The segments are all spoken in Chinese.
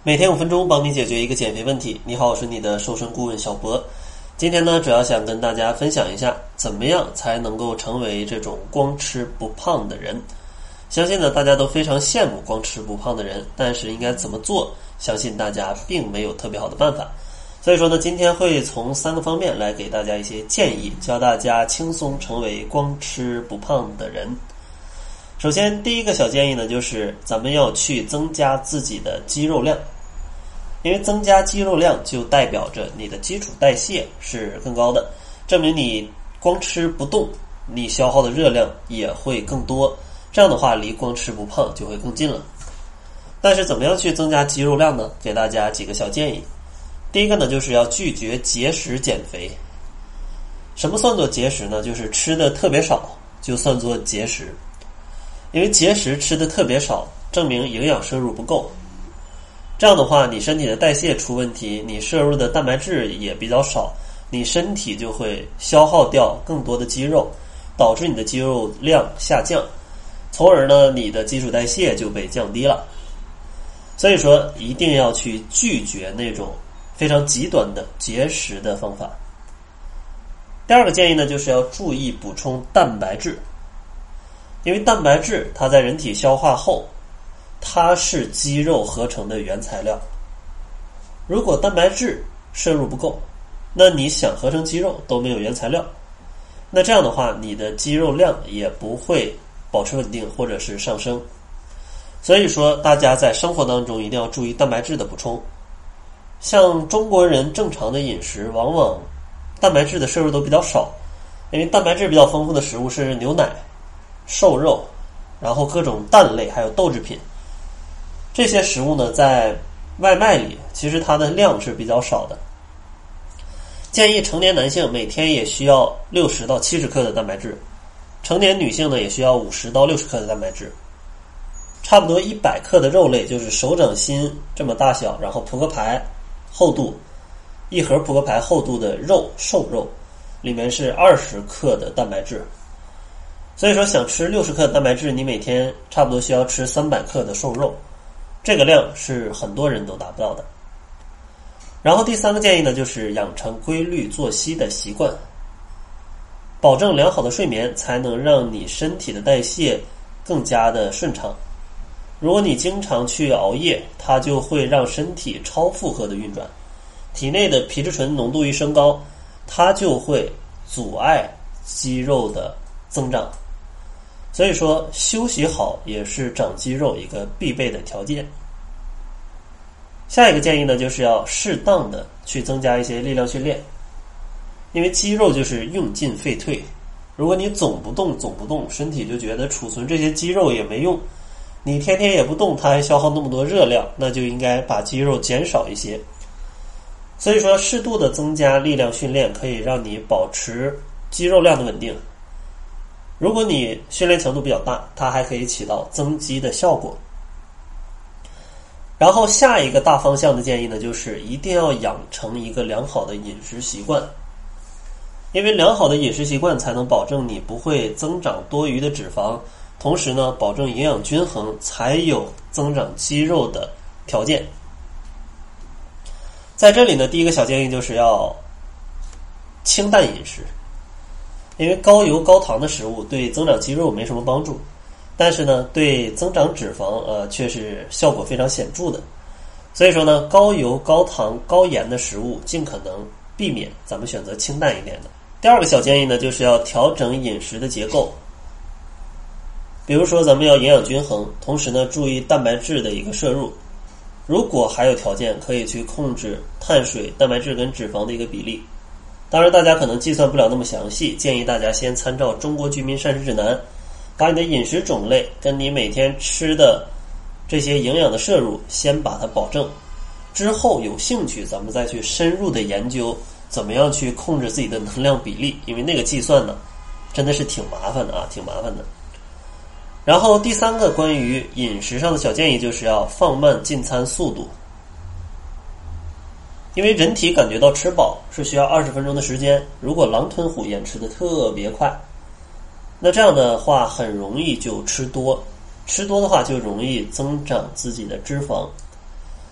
每天5分钟，帮你解决一个减肥问题。你好，我是你的瘦身顾问小博。今天呢，主要想跟大家分享一下，怎么样才能够成为这种光吃不胖的人。相信呢，大家都非常羡慕光吃不胖的人，但是应该怎么做，相信大家并没有特别好的办法。所以说呢，今天会从3个方面来给大家一些建议，教大家轻松成为光吃不胖的人。首先，第一个小建议呢，就是咱们要去增加自己的肌肉量。因为增加肌肉量就代表着你的基础代谢是更高的，证明你光吃不动，你消耗的热量也会更多，这样的话离光吃不胖就会更近了。但是怎么样去增加肌肉量呢？给大家几个小建议。第一个呢，就是要拒绝节食减肥。什么算作节食呢？就是吃的特别少就算作节食。因为节食吃的特别少，证明营养摄入不够，这样的话你身体的代谢出问题，你摄入的蛋白质也比较少，你身体就会消耗掉更多的肌肉，导致你的肌肉量下降，从而呢你的基础代谢就被降低了。所以说一定要去拒绝那种非常极端的节食的方法。第二个建议呢，就是要注意补充蛋白质。因为蛋白质它在人体消化后，它是肌肉合成的原材料。如果蛋白质摄入不够，那你想合成肌肉都没有原材料，那这样的话你的肌肉量也不会保持稳定或者是上升。所以说大家在生活当中一定要注意蛋白质的补充。像中国人正常的饮食往往蛋白质的摄入都比较少，因为蛋白质比较丰富的食物是牛奶、瘦肉，然后各种蛋类还有豆制品。这些食物呢，在外卖里其实它的量是比较少的。建议成年男性每天也需要60到70克的蛋白质，成年女性呢也需要50到60克的蛋白质。差不多100克的肉类，就是手掌心这么大小，然后扑克牌厚度，一盒扑克牌厚度的肉，瘦肉里面是20克的蛋白质。所以说想吃60克的蛋白质，你每天差不多需要吃300克的瘦肉，这个量是很多人都达不到的。然后第3个建议呢，就是养成规律作息的习惯，保证良好的睡眠，才能让你身体的代谢更加的顺畅。如果你经常去熬夜，它就会让身体超负荷的运转，体内的皮质醇浓度一升高，它就会阻碍肌肉的增长。所以说休息好也是长肌肉一个必备的条件。下一个建议呢，就是要适当的去增加一些力量训练。因为肌肉就是用进废退，如果你总不动，身体就觉得储存这些肌肉也没用，你天天也不动，它还消耗那么多热量，那就应该把肌肉减少一些。所以说适度的增加力量训练可以让你保持肌肉量的稳定。如果你训练强度比较大，它还可以起到增肌的效果。然后下一个大方向的建议呢，就是一定要养成一个良好的饮食习惯。因为良好的饮食习惯才能保证你不会增长多余的脂肪，同时呢保证营养均衡，才有增长肌肉的条件。在这里呢，第一个小建议就是要清淡饮食。因为高油高糖的食物对增长肌肉没什么帮助，但是呢对增长脂肪却是效果非常显著的。所以说呢，高油高糖高盐的食物尽可能避免，咱们选择清淡一点的。第二个小建议呢，就是要调整饮食的结构。比如说咱们要营养均衡，同时呢注意蛋白质的一个摄入。如果还有条件，可以去控制碳水、蛋白质跟脂肪的一个比例。当然大家可能计算不了那么详细，建议大家先参照中国居民膳食指南，把你的饮食种类跟你每天吃的这些营养的摄入先把它保证，之后有兴趣咱们再去深入的研究怎么样去控制自己的能量比例，因为那个计算呢真的是挺麻烦的。然后第3个关于饮食上的小建议，就是要放慢进餐速度。因为人体感觉到吃饱是需要20分钟的时间，如果狼吞虎咽吃得特别快，那这样的话很容易就吃多的话就容易增长自己的脂肪。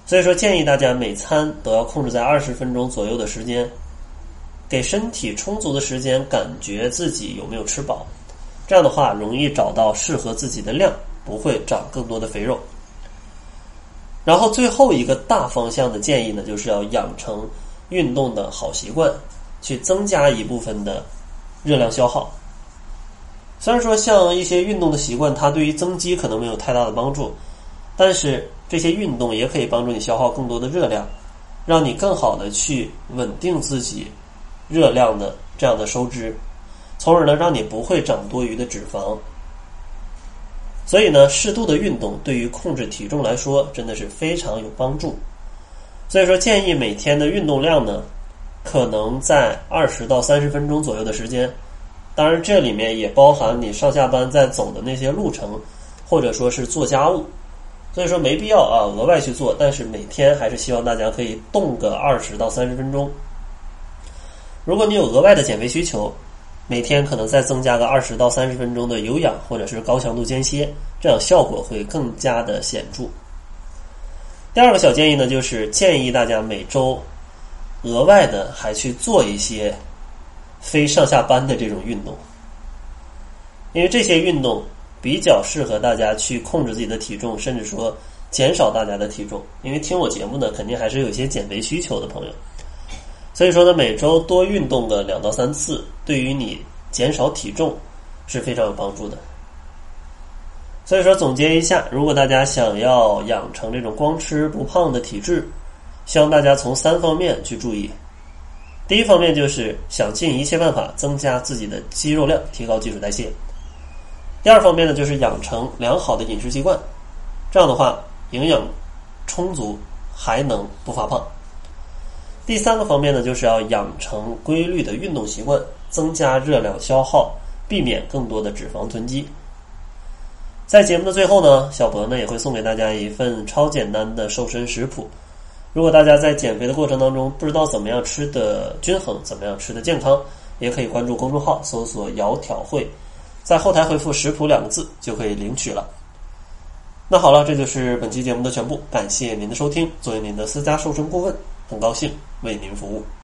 所以说建议大家每餐都要控制在20分钟左右的时间，给身体充足的时间感觉自己有没有吃饱，这样的话容易找到适合自己的量，不会长更多的肥肉。然后最后一个大方向的建议呢，就是要养成运动的好习惯，去增加一部分的热量消耗。虽然说像一些运动的习惯，它对于增肌可能没有太大的帮助，但是这些运动也可以帮助你消耗更多的热量，让你更好的去稳定自己热量的这样的收支，从而呢让你不会长多余的脂肪。所以呢，适度的运动对于控制体重来说真的是非常有帮助。所以说建议每天的运动量呢，可能在20到30分钟左右的时间，当然这里面也包含你上下班在走的那些路程，或者说是做家务，所以说没必要额外去做，但是每天还是希望大家可以动个20到30分钟。如果你有额外的减肥需求，每天可能再增加个20到30分钟的有氧或者是高强度间歇，这样效果会更加的显著。第二个小建议呢，就是建议大家每周额外的还去做一些非上下班的这种运动，因为这些运动比较适合大家去控制自己的体重，甚至说减少大家的体重。因为听我节目呢，肯定还是有一些减肥需求的朋友，所以说呢，每周多运动个2到3次，对于你减少体重是非常有帮助的。所以说总结一下，如果大家想要养成这种光吃不胖的体质，希望大家从3方面去注意。第一方面就是想尽一切办法增加自己的肌肉量，提高基础代谢。第二方面呢，就是养成良好的饮食习惯，这样的话营养充足，还能不发胖。第三个方面呢，就是要养成规律的运动习惯，增加热量消耗，避免更多的脂肪囤积。在节目的最后呢，小博呢也会送给大家一份超简单的瘦身食谱。如果大家在减肥的过程当中不知道怎么样吃的均衡，怎么样吃的健康，也可以关注公众号搜索窈窕会，在后台回复食谱2个字就可以领取了。那好了，这就是本期节目的全部，感谢您的收听。作为您的私家瘦身顾问，很高兴为您服务。